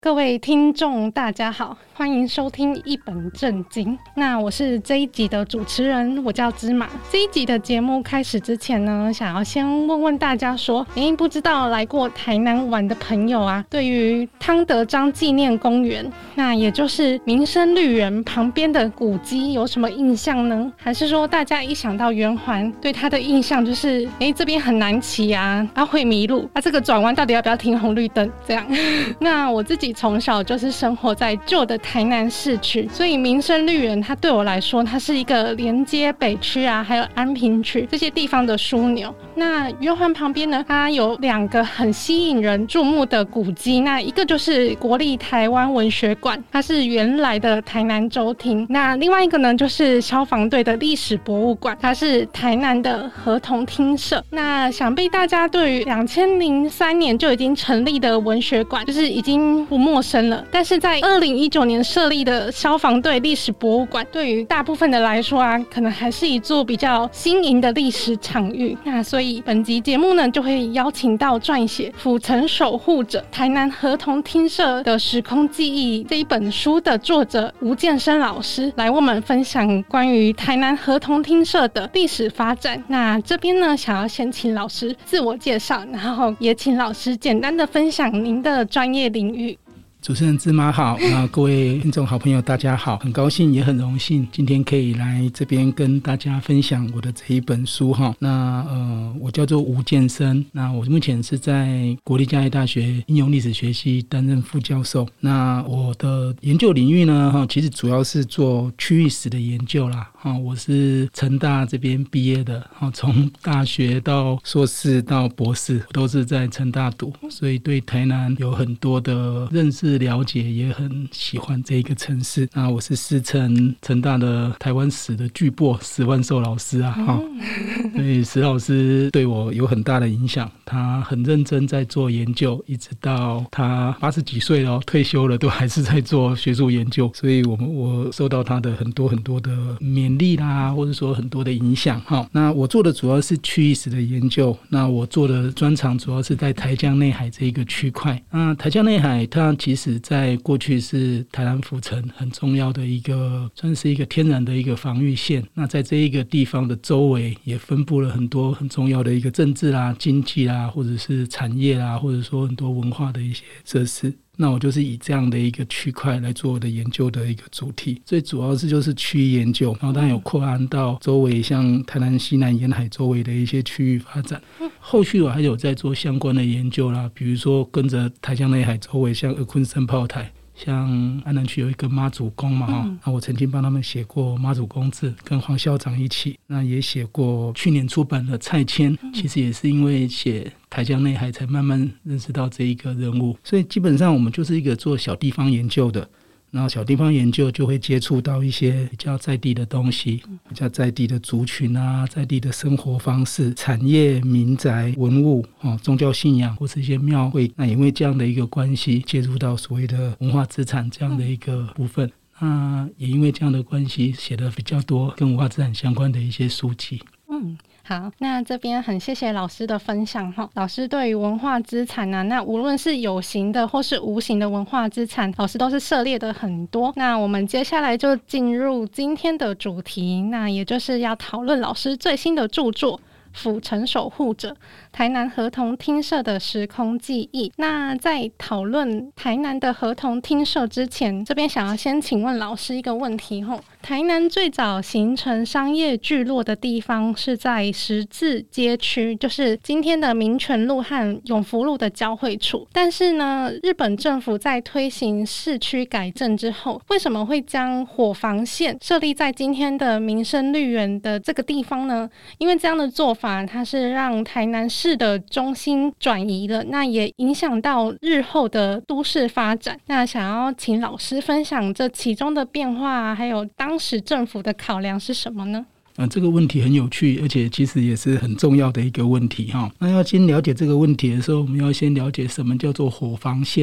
各位听众大家好，欢迎收听一本正经。那我是这一集的主持人，我叫芝麻。这一集的节目开始之前呢，想要先问问大家说，不知道来过台南玩的朋友啊，对于汤德章纪念公园，那也就是民生绿园旁边的古迹有什么印象呢？还是说大家一想到圆环，对它的印象就是这边很难骑啊，会迷路啊，这个转弯到底要不要停红绿灯这样。那我自己从小就是生活在旧的台南市区，所以民生绿园它对我来说，它是一个连接北区啊还有安平区这些地方的枢纽。那圆环旁边呢，它有2个很吸引人注目的古迹，那一个就是国立台湾文学馆，它是原来的台南州厅。那另外一个呢，就是消防队的历史博物馆，它是台南的合同厅舍。那想必大家对于2003年就已经成立的文学馆就是已经不陌生了，但是在2019年设立的消防队历史博物馆，对于大部分的来说啊，可能还是一座比较新颖的历史场域。那所以本集节目呢，就会邀请到撰写《府城守护者：台南合同厅舍的时空记忆》这一本书的作者吴建生老师来为我们分享关于台南合同厅舍的历史发展。那这边呢，想要先请老师自我介绍，然后也请老师简单的分享您的专业领域。 主持人芝麻好，各位听众好朋友大家好，很高兴也很荣幸今天可以来这边跟大家分享我的这一本书哈。那我叫做吴建生，那我目前是在国立嘉义大学应用历史学系担任副教授。那我的研究领域呢，其实主要是做区域史的研究啦。我是成大这边毕业的，从大学到硕士到博士都是在成大读，所以对台南有很多的认识了解，也很喜欢这一个城市。那我是师承成大的台湾史的巨擘史万寿老师啊，所以史老师对我有很大的影响，他很认真在做研究，一直到他80几岁了，退休了都还是在做学术研究，所以我受到他的很多的勉励啦，或者说很多的影响。那我做的主要是区域史的研究，那我做的专长主要是在台江内海这一个区块。那台江内海它其实在过去是台南府城很重要的一个，算是一个天然的一个防御线。那在这一个地方的周围也分布了很多很重要的一个政治啦、经济啦，或者是产业啦，或者说很多文化的一些设施。那我就是以这样的一个区块来做我的研究的一个主题，最主要是就是区域研究，然后当然有扩展到周围像台南西南沿海周围的一些区域发展。后续我还有在做相关的研究啦，比如说跟着台江内海周围像鹅昆山炮台，像安南区有一个妈祖宫嘛，那我曾经帮他们写过妈祖公志，跟黄校长一起，那也写过去年出版的蔡牵，其实也是因为写台江内海才慢慢认识到这一个人物。所以基本上我们就是一个做小地方研究的，然后小地方研究就会接触到一些比较在地的东西，比较在地的族群啊，在地的生活方式、产业、民宅、文物、宗教信仰或是一些庙会。那因为这样的一个关系，接触到所谓的文化资产这样的一个部分。那也因为这样的关系，写的比较多跟文化资产相关的一些书籍。 好，那这边很谢谢老师的分享。老师对于文化资产啊，那无论是有形的或是无形的文化资产，老师都是涉猎的很多。那我们接下来就进入今天的主题，那也就是要讨论老师最新的著作《府城守护者：台南合同厅舍的时空记忆》。那在讨论台南的合同厅舍之前，这边想要先请问老师一个问题。台南最早形成商业聚落的地方是在十字街区，就是今天的民权路和永福路的交汇处。但是呢，日本政府在推行市区改正之后，为什么会将火防线设立在今天的民生绿园的这个地方呢？因为这样的做法，它是让台南市的中心转移了，那也影响到日后的都市发展。那想要请老师分享这其中的变化，还有当时政府的考量是什么呢？ 这个问题很有趣，而且其实也是很重要的一个问题。那要先了解这个问题的时候，我们要先了解什么叫做火防线。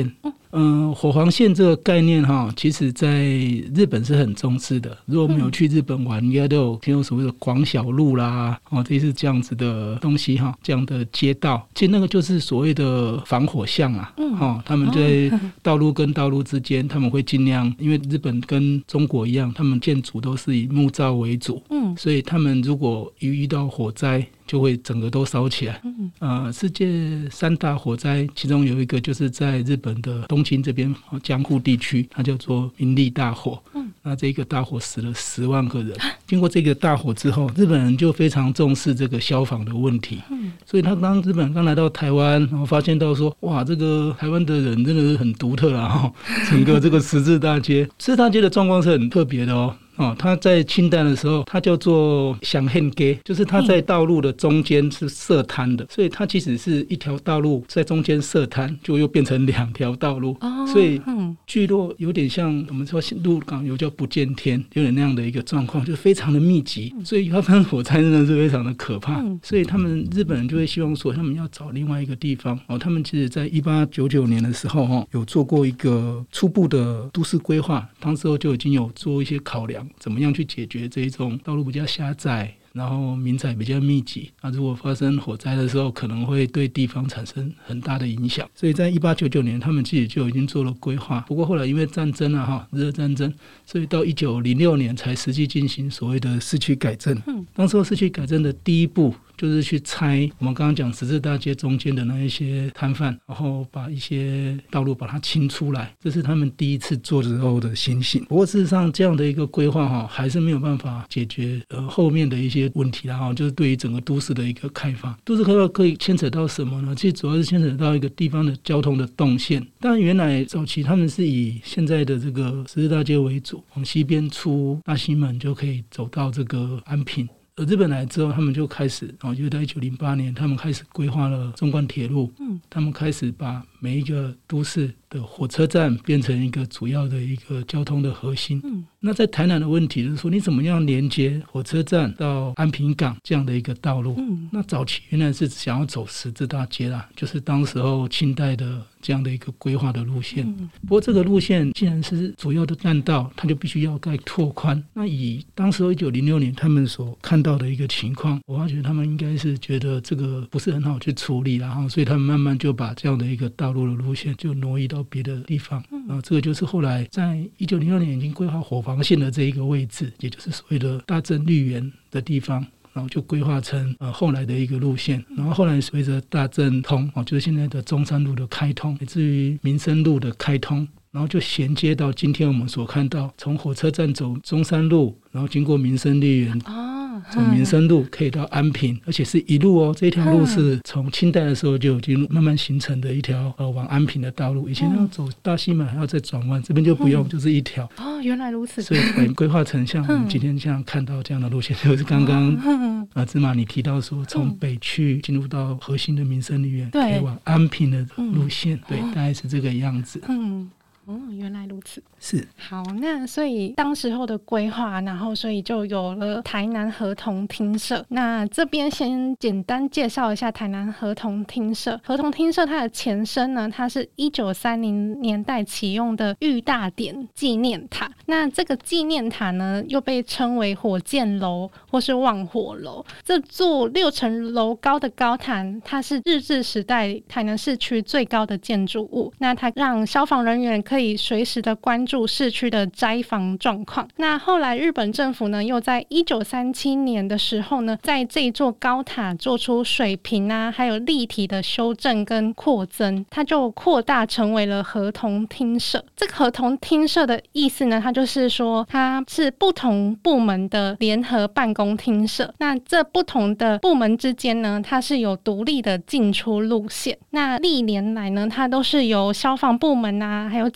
火黄线这个概念其实在日本是很重视的。如果没有去日本玩，应该都有听过所谓的广小路啦，这是这样子的东西这样的街道，其实那个就是所谓的防火巷啊。他们在道路跟道路之间，他们会尽量，因为日本跟中国一样，他们建筑都是以木造为主，所以他们如果遇到火灾，就会整个都烧起来。世界3大火灾，其中有一个就是在日本的东京这边江户地区，它叫做明利大火。那这个大火死了10万个人。经过这个大火之后，日本人就非常重视这个消防的问题。所以日本刚来到台湾，然后发现到说，哇，这个台湾的人真的是很独特啊！整个这个十字大街的状况是很特别的哦。它在清代的时候，它叫做响hen街，就是它在道路的中间是设摊的，所以它其实是一条道路在中间设摊，就又变成2条道路。所以聚落有点像我们说鹿港有叫不见天，有点那样的一个状况，就是非常的密集，所以发生火灾真的是非常的可怕。所以日本人就会希望说，他们要找另外一个地方。他们其实在1899年的时候有做过一个初步的都市规划，当时候就已经有做一些考量，怎么样去解决这一种道路比较狭窄，然后民宅比较密集，如果发生火灾的时候可能会对地方产生很大的影响。所以在1899年他们自己就已经做了规划。不过后来因为战争日俄战争，所以到1906年才实际进行所谓的市区改正。当时候市区改正的第一步就是去拆我们刚刚讲十字大街中间的那一些摊贩，然后把一些道路把它清出来，这是他们第一次做之后的情形。不过事实上这样的一个规划还是没有办法解决后面的一些问题啦，就是对于整个都市的一个开发。都市开发可以牵扯到什么呢？其实主要是牵扯到一个地方的交通的动线。当然原来早期他们是以现在的这个十字大街为主，往西边出大西门就可以走到这个安平。日本来之后，他们就开始就在1908年他们开始规划了纵贯铁路。他们开始把每一个都市的火车站变成一个主要的一个交通的核心。那在台南的问题就是说，你怎么样连接火车站到安平港这样的一个道路。那早期原来是想要走十字大街啦，就是当时候清代的这样的一个规划的路线。不过这个路线既然是主要的干道，它就必须要盖拓宽。那以当时候1906年他们所看到的一个情况，我发觉他们应该是觉得这个不是很好去处理，然后所以他们慢慢就把这样的一个道路的路线就挪移到别的地方。然后这个就是后来在1906年已经规划火防线的这一个位置，也就是所谓的大正绿园的地方，然后就规划成后来的一个路线。然后后来随着大正通就是现在的中山路的开通，以至于民生路的开通，然后就衔接到今天我们所看到从火车站走中山路，然后经过民生绿园从民生路可以到安平，而且是一路这条路是从清代的时候就已经慢慢形成的一条往安平的道路。以前要走大西门还要再转弯，这边就不用，就是一条。 原来如此。 所以规划成像我们今天这样看到这样的路线，就是刚刚芝麻你提到说从北区进入到核心的民生绿园，可以往安平的路线。对，大概是这个样子。 原来如此。 是。 好，那所以当时候的规划，然后所以就有了台南合同厅舍。那这边先简单介绍一下台南合同厅舍。合同厅舍它的前身呢，它是1930年代启用的玉大典纪念塔。那这个纪念塔呢，又被称为火箭楼或是望火楼。这座6层楼高的高塔，它是日治时代台南市区最高的建筑物。那它让消防人员可以随时的关注市区的灾防状况。那后来日本政府呢，又在1937年的时候呢，在这一座高塔做出水平还有立体的修正跟扩增，它就扩大成为了合同厅舍。这个合同厅舍的意思呢，它就是说它是不同部门的联合办公厅舍。那这不同的部门之间呢，它是有独立的进出路线。那历年来呢，它都是由消防部门还有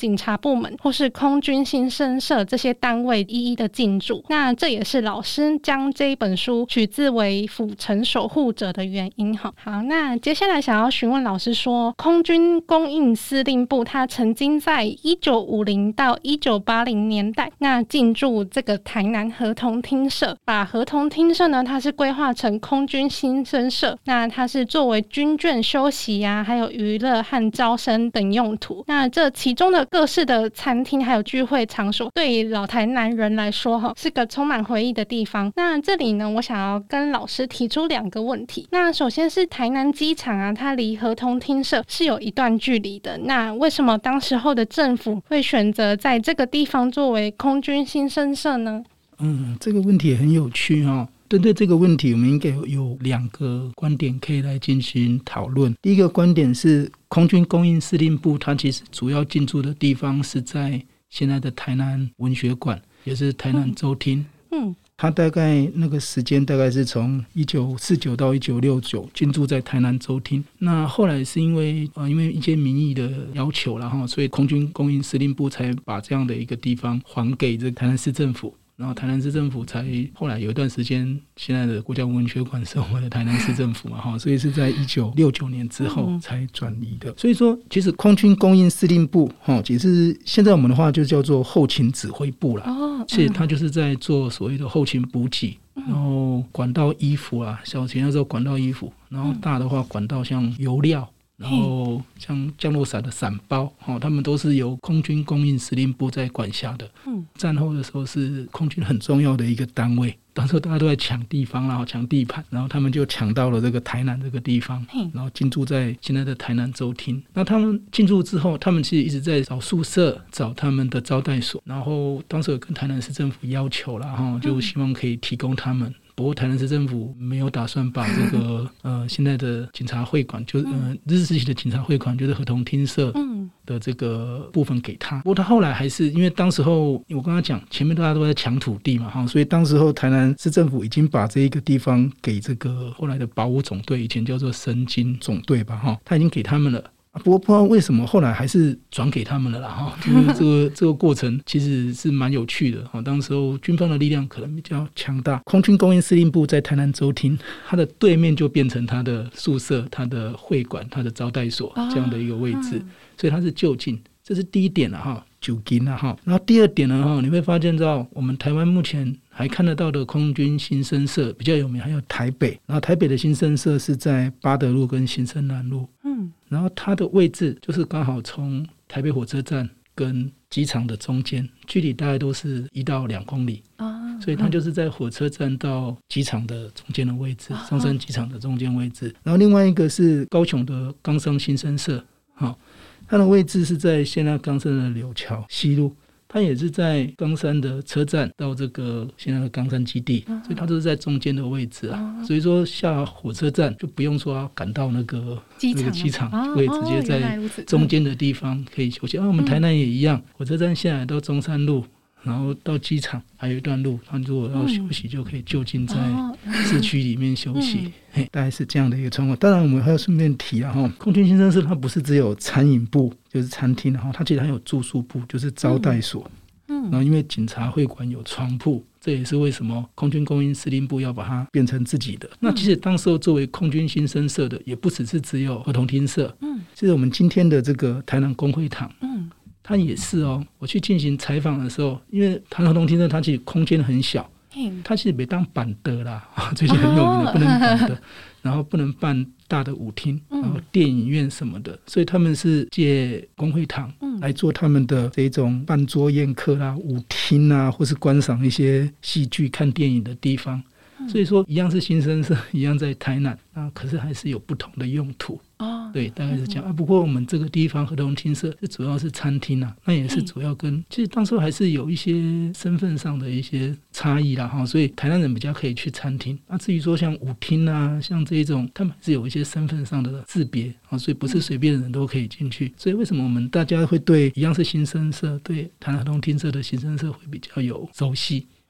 警察部门或是空军新生社这些单位一一的进驻。那这也是老师将这一本书取自为府城守护者的原因。好，那接下来想要询问老师说，空军供应司令部它曾经在1950到1980年代那进驻这个台南合同厅舍，把合同厅舍呢它是规划成空军新生社，那它是作为军眷休息啊，还有娱乐和招生等用途。那这其中的各式的餐厅还有聚会场所，对于老台南人来说是个充满回忆的地方。那这里呢，我想要跟老师提出2个问题。那首先是台南机场啊，它离合同厅舍是有一段距离的，那为什么当时候的政府会选择在这个地方作为空军新生社呢？ 这个问题也很有趣哦。针对这个问题，我们应该有2个观点可以来进行讨论。第一个观点是空军供应司令部，它其实主要进驻的地方是在现在的台南文学馆，也是台南州厅。它大概那个时间大概是从1949到1969进驻在台南州厅。那后来是因为一些民意的要求啦，所以空军供应司令部才把这样的一个地方还给这个台南市政府。然后台南市政府才后来有一段时间，现在的国家文学馆是我们的台南市政府嘛，所以是在1969年之后才转移的。所以说其实空军供应司令部其实现在我们的话就叫做后勤指挥部啦。其实它就是在做所谓的后勤补给，然后管到衣服啊，小型的时候管到衣服，然后大的话管到像油料，然后像降落伞的伞包，他们都是由空军供应司令部在管辖的。战后的时候是空军很重要的一个单位，当时大家都在抢地方，然后抢地盘，然后他们就抢到了这个台南这个地方，然后进驻在现在的台南州厅。那他们进驻之后，他们其实一直在找宿舍，找他们的招待所，然后当时有跟台南市政府要求啦，就希望可以提供他们。不过台南市政府没有打算把这个现在的警察会馆，就是日治时期的警察会馆，就是合同厅舍的这个部分给他。不过他后来还是因为当时候我跟他讲，前面大家都在抢土地嘛，所以当时候台南市政府已经把这一个地方给这个后来的保武总队，以前叫做神经总队吧，他已经给他们了。不过不知道为什么后来还是转给他们了啦，就是这个过程其实是蛮有趣的。当时候军方的力量可能比较强大，空军供应司令部在台南州厅，它的对面就变成它的宿舍、它的会馆、它的招待所这样的一个位置，所以它是就近。这是第一点啦，就近啦。然后第二点呢，你会发现到我们台湾目前还看得到的空军新生社比较有名，还有台北。然后台北的新生社是在八德路跟新生南路，然后它的位置就是刚好从台北火车站跟机场的中间，距离大概都是1到2公里，所以它就是在火车站到机场的中间的位置，松山机场的中间位置。然后另外一个是高雄的冈山新生社，它的位置是在现在冈山的柳桥西路，它也是在冈山的车站到这个现在的冈山基地，所以它都是在中间的位置啊。所以说下火车站就不用说要赶到那个机场，会直接在中间的地方可以休息。我们台南也一样，火车站下来到中山路，然后到机场还有一段路，他如果要休息就可以就近在市区里面休息，大概是这样的一个状况。当然我们还要顺便提空军新生社它不是只有餐饮部就是餐厅，它其实还有住宿部就是招待所，然后因为警察会馆有床铺，这也是为什么空军供应司令部要把它变成自己的。那其实当时候作为空军新生社的也不只有合同厅舍，其实我们今天的这个台南公会堂，它也是我去进行采访的时候，因为台南合同厅舍它其实空间很小，它其实没当板的啦，最近很有名的不能板的，然后不能办大的舞厅，然后电影院什么的，所以他们是借公会堂来做他们的这种办桌宴客啦、舞厅啊，或是观赏一些戏剧、看电影的地方。所以说一样是新生社，一样在台南，可是还是有不同的用途。对，大概是这样。不过我们这个地方合同厅舍是主要是餐厅那也是主要跟其实当时还是有一些身份上的一些差异啦，所以台南人比较可以去餐厅。至于说像舞厅像这一种，他们还是有一些身份上的识别，所以不是随便的人都可以进去。所以为什么我们大家会对一样是新生社，对台南合同厅舍的新生社会比较有熟悉？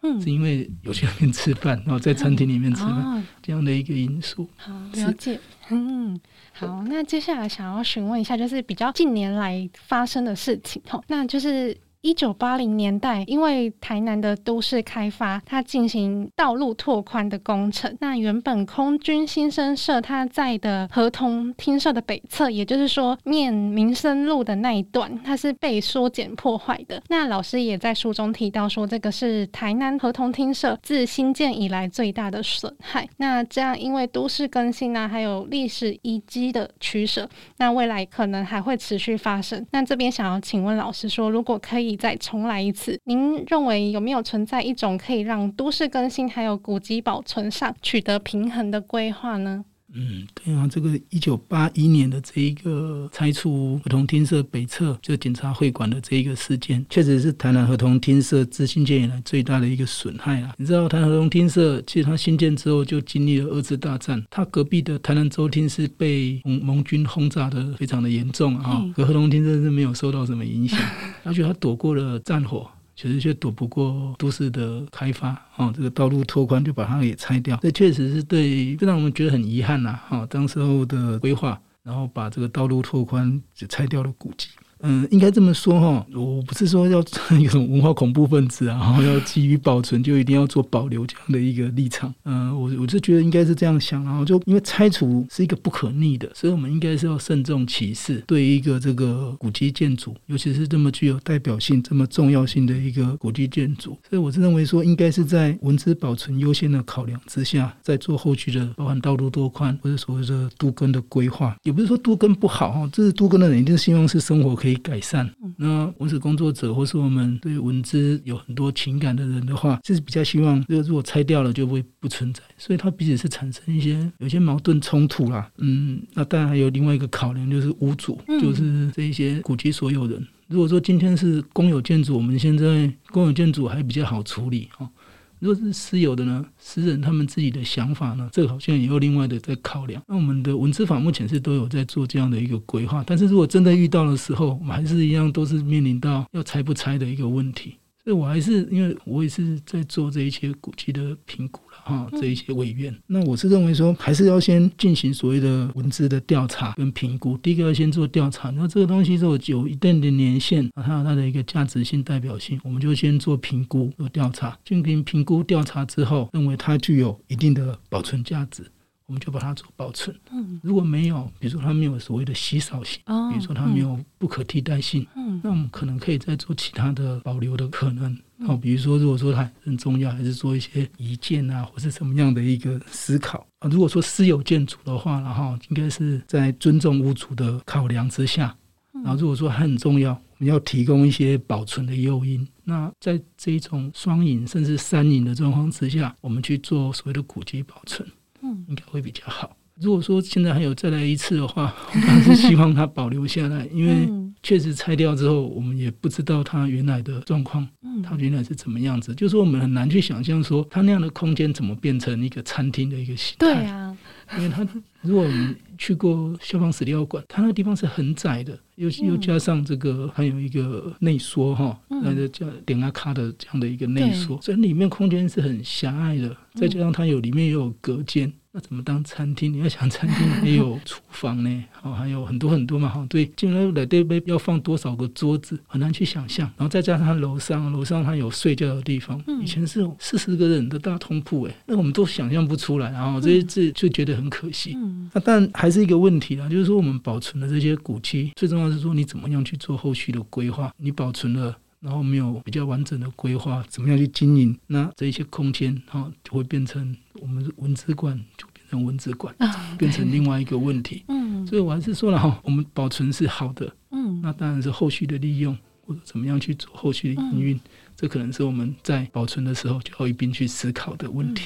是因为有去那边吃饭，然后在餐厅里面吃饭，这样的一个因素。 好，了解。好，那接下来想要询问一下，就是比较近年来发生的事情，那就是1980年代，因为台南的都市开发，它进行道路拓宽的工程。那原本空军新生社它在的合同厅舍的北侧，也就是说面民生路的那一段，它是被缩减破坏的。那老师也在书中提到说，这个是台南合同厅舍自新建以来最大的损害。那这样因为都市更新还有历史遗迹的取舍，那未来可能还会持续发生。那这边想要请问老师说，如果可以再重来一次，您认为有没有存在一种可以让都市更新还有古迹保存上取得平衡的规划呢？ 对啊，这个1981年的这一个拆除合同厅舍北侧就检察会馆的这一个事件，确实是台南合同厅舍自新建以来最大的一个损害啦。你知道台南合同厅舍其实它新建之后就经历了2次大战，它隔壁的台南州厅是被盟军轰炸的非常的严重可合同厅舍是没有受到什么影响，而且它躲过了战火，其实却躲不过都市的开发这个道路拓宽就把它给拆掉，这确实是对让我们觉得很遗憾当时候的规划，然后把这个道路拓宽就拆掉了古迹。应该这么说我不是说要有什么文化恐怖分子要基于保存就一定要做保留这样的一个立场。我就觉得应该是这样想，然后就因为拆除是一个不可逆的，所以我们应该是要慎重其事，对一个这个古迹建筑，尤其是这么具有代表性、这么重要性的一个古迹建筑，所以我是认为说应该是在文资保存优先的考量之下，在做后续的包含道路拓宽或者所谓的都更的规划。也不是说都更不好这是都更的人一定希望是生活可以改善。那文史工作者或是我们对文资有很多情感的人的话，就是比较希望如果拆掉了就会不存在，所以它彼此是产生有些矛盾冲突啦。那当然还有另外一个考量，就是屋主，就是这一些古迹所有人。如果说今天是公有建筑，我们现在公有建筑还比较好处理如果是私有的呢，私人他们自己的想法呢，这个好像也有另外的在考量。那我们的文资法目前是都有在做这样的一个规划，但是如果真的遇到的时候，我们还是一样都是面临到要拆不拆的一个问题。所以我还是因为我也是在做这一些古迹的评估这一些委员，那我是认为说还是要先进行所谓的文资的调查跟评估。第一个要先做调查，然后这个东西如果有一定的年限，它有它的一个价值性代表性，我们就先做评估做调查，进行评估调查之后认为它具有一定的保存价值，我们就把它做保存。如果没有，比如说它没有所谓的稀少性，比如说它没有不可替代性，那我们可能可以再做其他的保留的可能。比如说如果说它很重要，还是做一些移建或是什么样的一个思考。如果说私有建筑的话，然后应该是在尊重屋主的考量之下，然后如果说它很重要，我们要提供一些保存的诱因。那在这一种双赢甚至三赢的状况之下，我们去做所谓的古迹保存，应该会比较好。如果说现在还有再来一次的话，我当然是希望它保留下来，因为确实拆掉之后我们也不知道它原来的状况，它原来是怎么样子，就是说我们很难去想象说它那样的空间怎么变成一个餐厅的一个形态。 对啊， 因为它如果我们去过消防史料馆，它那个地方是很窄的，又加上这个还有一个内缩那就叫点卡的这样的一个内缩，所以里面空间是很狭隘的，再加上它里面也有隔间，那怎么当餐厅？你要想餐厅也有厨房呢，还有很多很多嘛，对，进来来对要放多少个桌子，很难去想象。然后再加上它楼上它有睡觉的地方，以前是有40个人的大通铺，那我们都想象不出来，然后这一次就觉得很可惜。那但还是一个问题啦，就是说我们保存了这些古迹，最重要的是说你怎么样去做后续的规划，你保存了。然后没有比较完整的规划，怎么样去经营？那这一些空间就会变成我们文资馆，就变成文资馆，变成另外一个问题。所以我还是说了我们保存是好的，那当然是后续的利用或者怎么样去做后续的营运，这可能是我们在保存的时候就要一并去思考的问题。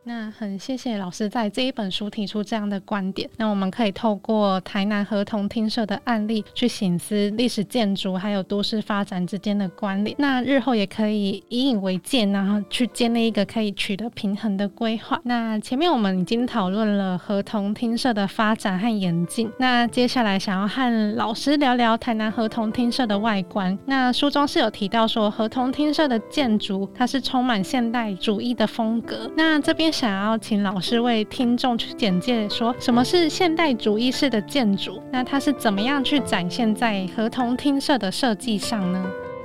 那很谢谢老师在这一本书提出这样的观点，那我们可以透过台南合同厅舍的案例去省思历史建筑还有都市发展之间的关联，那日后也可以以为戒，然后去建立一个可以取得平衡的规划。那前面我们已经讨论了合同厅舍的发展和演进，那接下来想要和老师聊聊台南合同厅舍的外观。那书中是有提到说合同厅舍的建筑它是充满现代主义的风格，那这边想要请老师为听众去简介说什么是现代主义式的建筑，那它是怎么样去展现在合同厅舍的设计上呢？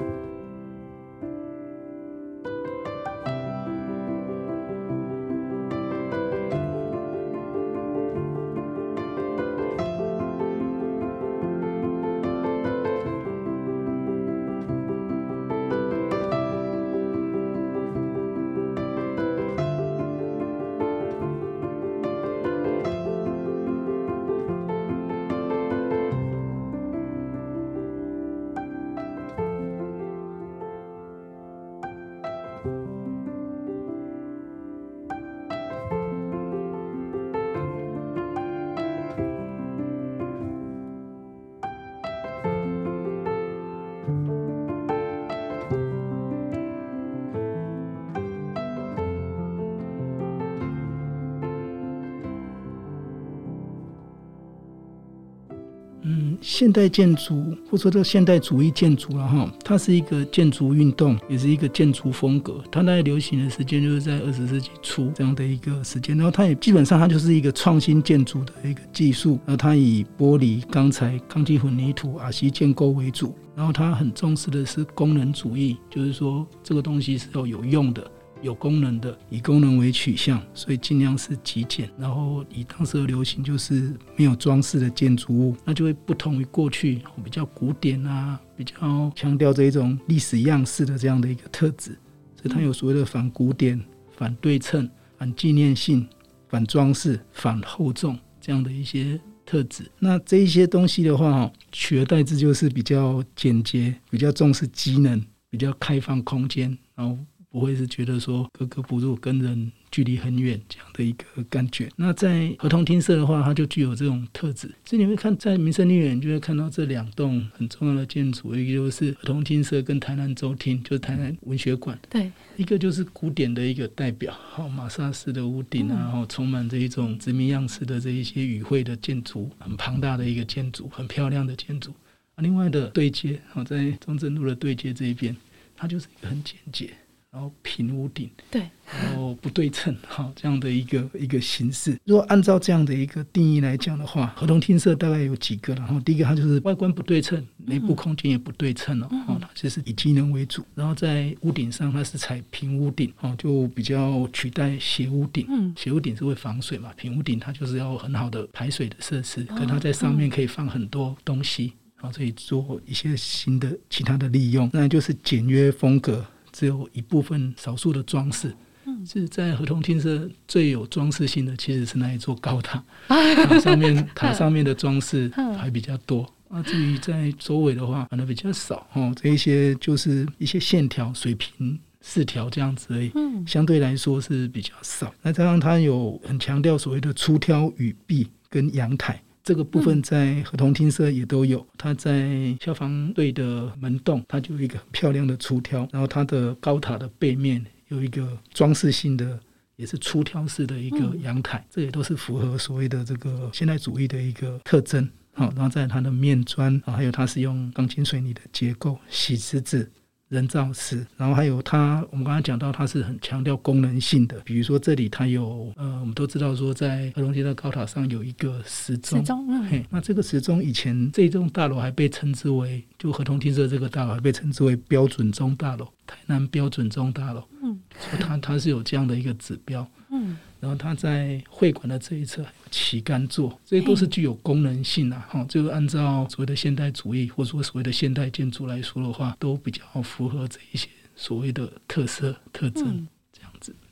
现代建筑或者说现代主义建筑它是一个建筑运动，也是一个建筑风格。它大概流行的时间就是在20世纪初这样的一个时间，然后它也基本上它就是一个创新建筑的一个技术，然后它以玻璃、钢材、钢筋混凝土、RC 建构为主，然后它很重视的是功能主义，就是说这个东西是要有用的、有功能的，以功能为取向，所以尽量是极简，然后以当时的流行就是没有装饰的建筑物，那就会不同于过去比较古典啊，比较强调这一种历史样式的这样的一个特质，所以它有所谓的反古典、反对称、反纪念性、反装饰、反厚重这样的一些特质。那这一些东西的话取而代之就是比较简洁，比较重视机能，比较开放空间，然后不会是觉得说格格不入，跟人距离很远这样的一个感觉。那在合同厅舍的话，它就具有这种特质。所以你会看在民生绿园，就会看到这两栋很重要的建筑，一个就是合同厅舍跟台南州厅，就是台南文学馆。 对， 一个就是古典的一个代表，马萨式的屋顶啊，充满这一种殖民样式的这一些语汇的建筑，很庞大的一个建筑，很漂亮的建筑。另外的对接，在中正路的对接这一边，它就是一个很简洁，然后平屋顶， 对， 然后不对称，这样的一个形式。如果按照这样的一个定义来讲的话，合同厅舍大概有几个，然后第一个它就是外观不对称，内部空间也不对称它就是以机能为主。然后在屋顶上它是采平屋顶，就比较取代斜屋顶。斜屋顶是会防水嘛，平屋顶它就是要很好的排水的设施，可它在上面可以放很多东西，所以做一些新的其他的利用。那就是简约风格，只有一部分少数的装饰。是在合同厅舍最有装饰性的其实是那一座高塔，塔上面的装饰还比较多。至于在周围的话反而比较少，这一些就是一些线条水平4条这样子而已，相对来说是比较少。那加上它有很强调所谓的出挑雨壁跟阳台，这个部分在合同厅舍也都有。它在消防队的门洞，它就有一个很漂亮的出挑，然后它的高塔的背面有一个装饰性的也是出挑式的一个阳台，这也都是符合所谓的这个现代主义的一个特征。然后在它的面砖，还有它是用钢筋水泥的结构，洗石子、人造石，然后还有它我们刚才讲到它是很强调功能性的，比如说这里它有我们都知道说在合同街的高塔上有一个时钟，那这个时钟以前这栋大楼还被称之为，就合同厅舍这个大楼还被称之为标准钟大楼，台南标准钟大楼，所以它是有这样的一个指标。然后它在会馆的这一侧还有旗杆座，这些都是具有功能性就按照所谓的现代主义或者说所谓的现代建筑来说的话，都比较符合这一些所谓的特色特征这样子。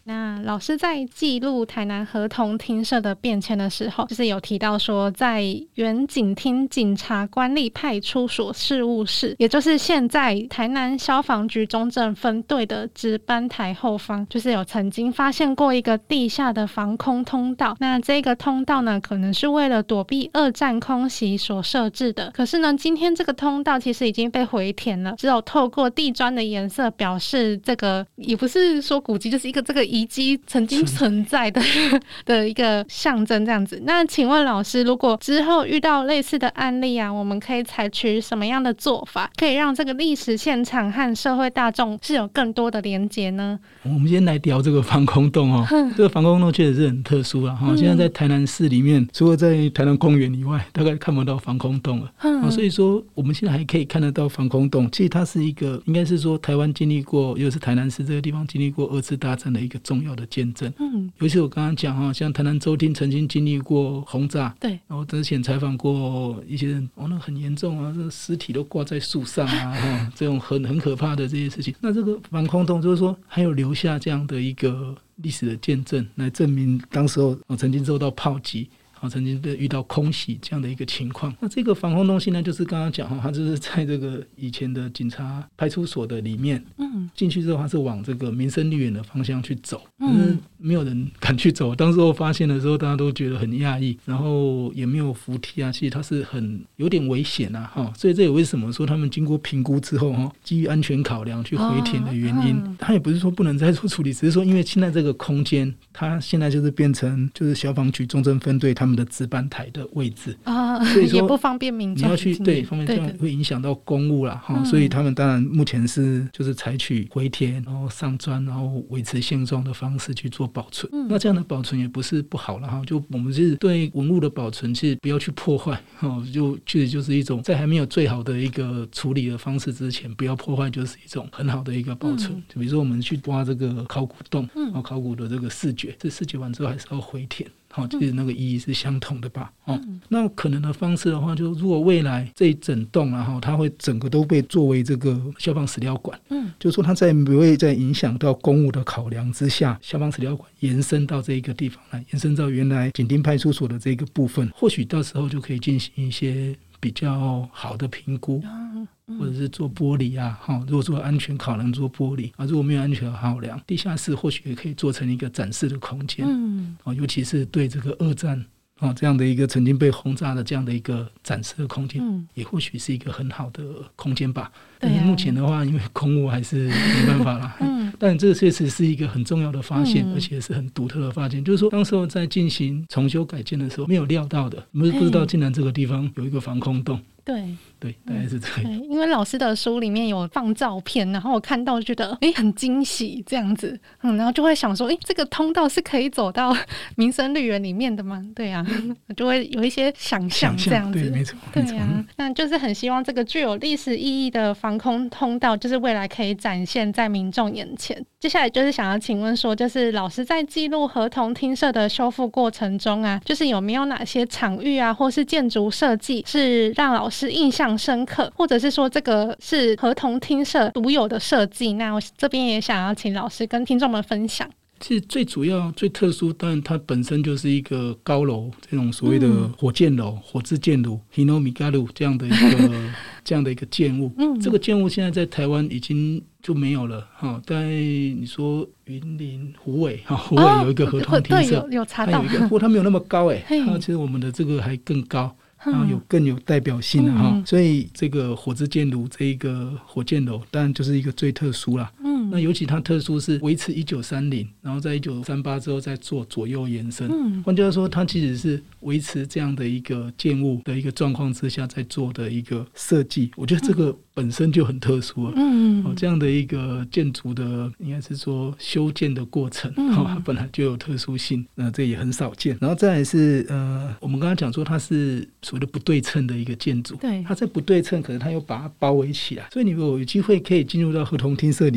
那老师在记录台南合同厅舍的变迁的时候，就是有提到说，在原警厅警察官吏派出所事务室，也就是现在台南消防局中正分队的值班台后方，就是有曾经发现过一个地下的防空通道。那这个通道呢，可能是为了躲避二战空袭所设置的。可是呢，今天这个通道其实已经被回填了，只有透过地砖的颜色表示这个也不是说古迹，就是一个这个遗迹曾经存在的一个象征这样子。那请问老师，如果之后遇到类似的案例啊，我们可以采取什么样的做法，可以让这个历史现场和社会大众是有更多的连结呢？ 我们先来聊这个防空洞哦。这个防空洞确实是很特殊啦。现在在台南市里面，除了在台南公园以外，大概看不到防空洞了。所以说我们现在还可以看得到防空洞。其实它是一个，应该是说台湾经历过，又是台南市这个地方经历过2次大战的一个重要的见证。尤其我刚刚讲像台南州厅曾经经历过轰炸，对，然后之前采访过一些人，那很严重啊，这尸体都挂在树上啊，这种很可怕的这些事情。那这个防空洞就是说，还有留下这样的一个历史的见证，来证明当时候曾经受到炮击。曾经遇到空袭这样的一个情况。那这个防空洞现在就是刚刚讲它就是在这个以前的警察派出所的里面，进去之后它是往这个民生绿园的方向去走，可是没有人敢去走。当时候发现的时候，大家都觉得很讶异，然后也没有扶梯啊，其实它是有点危险啊，所以这也为什么说他们经过评估之后，基于安全考量去回填的原因。它也不是说不能再做处理，只是说因为现在这个空间，它现在就是变成就是消防局中正分队他们的值班台的位置所以说也不方便民众， 你要去对方便这样会影响到公务啦所以他们当然目前是就是采取回填，然后上砖，然后维持现状的方式去做保存。那这样的保存也不是不好啦就我们是对文物的保存其实不要去破坏就确实就是一种在还没有最好的一个处理的方式之前，不要破坏，就是一种很好的一个保存。就比如说我们去挖这个考古洞考古的这个视觉，这视觉完之后还是要回填其实那个意义是相同的吧那可能的方式的话，就如果未来这一整栋它会整个都被作为这个消防史料馆就是说它在不会再影响到公务的考量之下，消防史料馆延伸到这一个地方来，延伸到原来警厅派出所的这个部分，或许到时候就可以进行一些比较好的评估或者是做玻璃如果做安全考量做玻璃如果没有安全考量，地下室或许也可以做成一个展示的空间尤其是对这个二战这样的一个曾经被轰炸的这样的一个展示的空间也或许是一个很好的空间吧但是目前的话因为公务还是没办法啦但这确实是一个很重要的发现而且是很独特的发现，就是说当时候在进行重修改建的时候没有料到的，不知道竟然这个地方有一个防空洞。对，大概是这样。 因为老师的书里面有放照片，然后我看到觉得很惊喜这样子然后就会想说这个通道是可以走到民生绿园里面的吗？对啊就会有一些想象这样子。 对，没错。 对啊，那就是很希望这个具有历史意义的防空通道就是未来可以展现在民众眼前。接下来就是想要请问说，就是老师在记录合同厅舍的修复过程中啊，就是有没有哪些场域啊或是建筑设计是让老师印象深刻，或者是说这个是合同厅舍独有的设计？那我这边也想要请老师跟听众们分享。 其实最主要最特殊当然它本身就是一个高楼，这种所谓的火箭楼火之建炉 Hinomigaru 这样的一个建物这个建物现在在台湾已经就没有了在你说云林虎尾有一个合同厅舍有查到不过它没有那么高它其实我们的这个还更高然后更有代表性所以这个火之建炉这一个火箭楼当然就是一个最特殊啦那尤其它特殊是维持1930，然后在1938之后再做左右延伸换句话说它其实是维持这样的一个建物的一个状况之下在做的一个设计，我觉得这个本身就很特殊了这样的一个建筑的应该是说修建的过程它本来就有特殊性这也很少见。然后再来是我们刚刚讲说它是所谓的不对称的一个建筑，对，它在不对称可是它又把它包围起来，所以你有机会可以进入到合同厅舍里面，它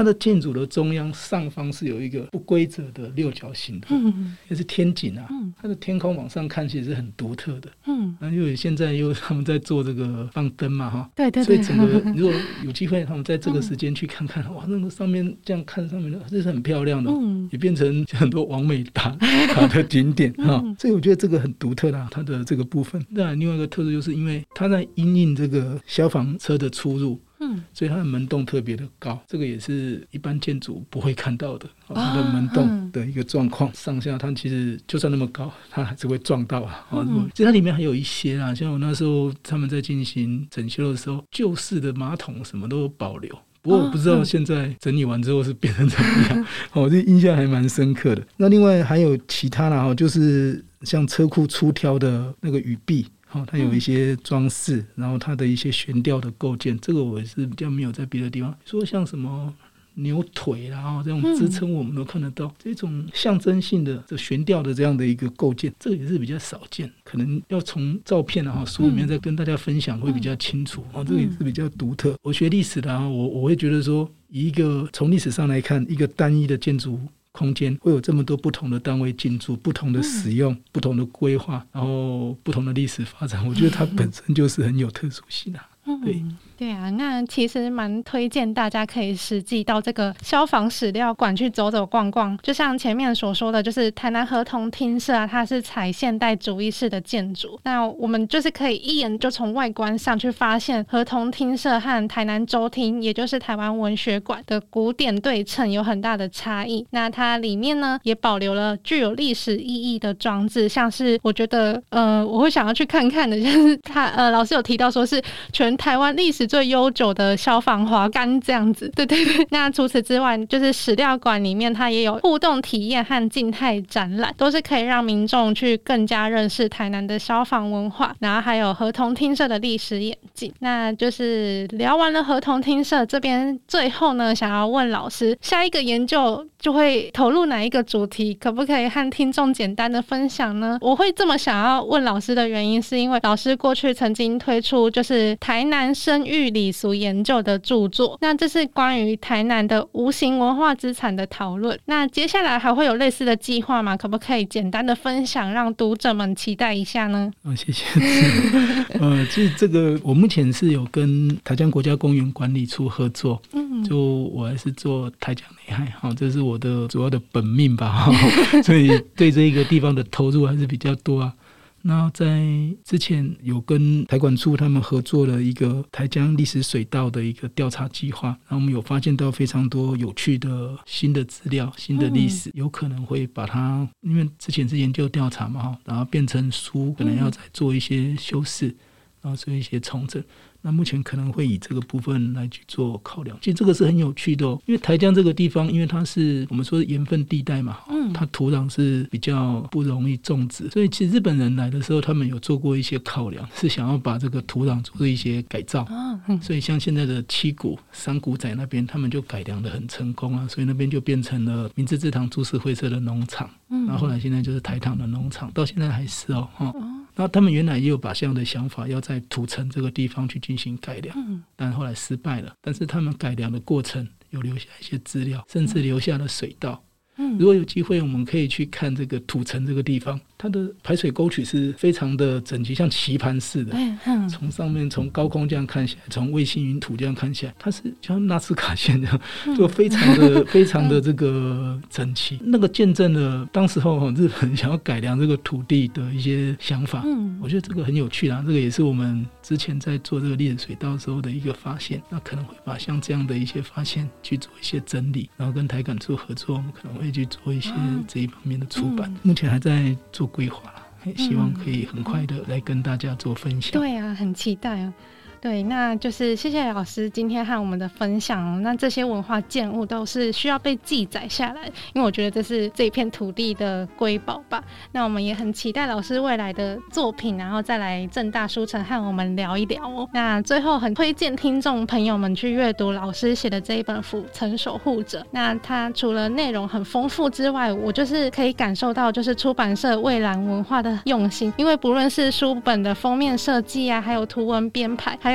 的建筑的中央上方是有一个不规则的六角形的，也是天井啊，它的天空往上看其实是很独特的，那因为现在他们在做这个放灯嘛，哈， 对， 所以整个如果有机会他们在这个时间去看看，哇，那个上面这样看上面的这是很漂亮的，也变成很多网美打卡的景点哈，所以我觉得这个很独特啦，它的这个部分。当然另外一个特色就是因为它在因应这个消防车的出入，所以它的门洞特别的高，这个也是一般建筑不会看到的，它的门洞的一个状况，上下它其实就算那么高，它还是会撞到啊。其实它里面还有一些啦，像我那时候他们在进行整修的时候，旧式的马桶什么都有保留。不过我不知道现在整理完之后是变成怎么样，我这印象还蛮深刻的。那另外还有其他啦，就是像车库出挑的那个雨壁，它有一些装饰，然后它的一些悬吊的构件，这个我是比较没有在别的地方说，像什么牛腿啦，这种支撑我们都看得到，这种象征性的悬吊的这样的一个构件，这个也是比较少见，可能要从照片书里面再跟大家分享会比较清楚，这个也是比较独特。我学历史的我会觉得说，以一个从历史上来看，一个单一的建筑空间会有这么多不同的单位进驻，不同的使用，不同的规划，然后不同的历史发展，我觉得它本身就是很有特殊性啊。 对啊，那其实蛮推荐大家可以实际到这个消防史料馆去走走逛逛，就像前面所说的，就是台南合同厅舍它是采现代主义式的建筑，那我们就是可以一眼就从外观上去发现合同厅舍和台南州厅，也就是台湾文学馆的古典对称有很大的差异。那它里面呢也保留了具有历史意义的装置，像是我觉得我会想要去看看的，就是他老师有提到说是全台湾历史最悠久的消防滑竿这样子，对。那除此之外，就是史料馆里面它也有互动体验和静态展览，都是可以让民众去更加认识台南的消防文化，然后还有合同厅舍的历史演进。那就是聊完了合同厅舍这边，最后呢想要问老师，下一个研究就会投入哪一个主题，可不可以和听众简单的分享呢？我会这么想要问老师的原因，是因为老师过去曾经推出就是台南生育礼俗研究的著作，那这是关于台南的无形文化资产的讨论。那接下来还会有类似的计划吗？可不可以简单的分享，让读者们期待一下呢？ 谢谢。其实这个我目前是有跟台江国家公园管理处合作，就我还是做台江内海，这是我的主要的本命吧，所以对这个地方的投入还是比较多啊。那在之前有跟台管处他们合作了一个台江历史水道的一个调查计划，然后我们有发现到非常多有趣的新的资料、新的历史，有可能会把它，因为之前是研究调查嘛，然后变成书，可能要再做一些修饰，然后做一些重整。那目前可能会以这个部分来去做考量。其实这个是很有趣的因为台江这个地方，因为它是我们说盐分地带嘛，它土壤是比较不容易种植，所以其实日本人来的时候，他们有做过一些考量，是想要把这个土壤做一些改造。所以像现在的七股、三股仔那边，他们就改良得很成功啊，所以那边就变成了明治制糖株式会社的农场，然后后来现在就是台糖的农场，到现在还是然后他们原来也有把这样的想法，要在土城这个地方去进行改良，但后来失败了。但是他们改良的过程有留下一些资料，甚至留下了水道。如果有机会，我们可以去看这个土城这个地方，它的排水沟渠是非常的整齐，像棋盘似的，从上面从高空这样看起来，从卫星云图这样看起来，它是像纳斯卡线这样，就非常的这个整齐。那个见证了当时候日本想要改良这个土地的一些想法，我觉得这个很有趣啦。这个也是我们之前在做这个历史水道的时候的一个发现，那可能会把像这样的一些发现去做一些整理，然后跟台管处合作，我们可能会去做一些这一方面的出版，目前还在做规划啦，希望可以很快的来跟大家做分享。 对啊，很期待啊。对，那就是谢谢老师今天和我们的分享。那这些文化建物都是需要被记载下来，因为我觉得这是这片土地的瑰宝吧。那我们也很期待老师未来的作品，然后再来政大书城和我们聊一聊哦。那最后很推荐听众朋友们去阅读老师写的这一本《府城守护者》。那它除了内容很丰富之外，我就是可以感受到就是出版社蔚蓝文化的用心，因为不论是书本的封面设计啊，还有图文编排，还有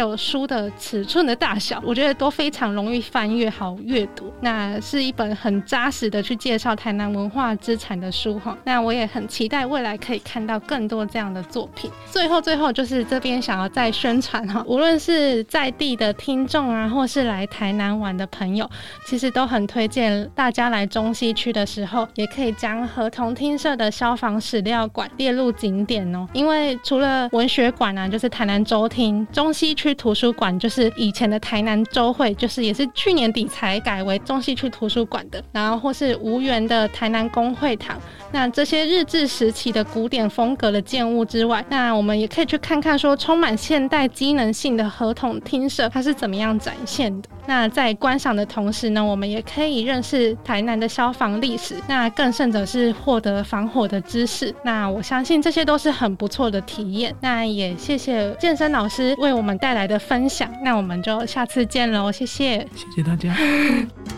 有书的尺寸的大小，我觉得都非常容易翻阅，好阅读。那是一本很扎实的去介绍台南文化资产的书哈。那我也很期待未来可以看到更多这样的作品。最后就是这边想要再宣传哈，无论是在地的听众啊，或是来台南玩的朋友，其实都很推荐大家来中西区的时候，也可以将合同厅舍的消防史料馆列入景点哦。因为除了文学馆啊，就是台南州厅，中西区图书馆就是以前的台南州会，就是也是去年底才改为中西区图书馆的，然后或是无缘的台南公会堂，那这些日治时期的古典风格的建物之外，那我们也可以去看看说充满现代机能性的合同厅舍它是怎么样展现的。那在观赏的同时呢，我们也可以认识台南的消防历史，那更甚者是获得防火的知识。那我相信这些都是很不错的体验。那也谢谢健身老师为我们带来的分享，那我们就下次见喽，谢谢， 谢谢大家。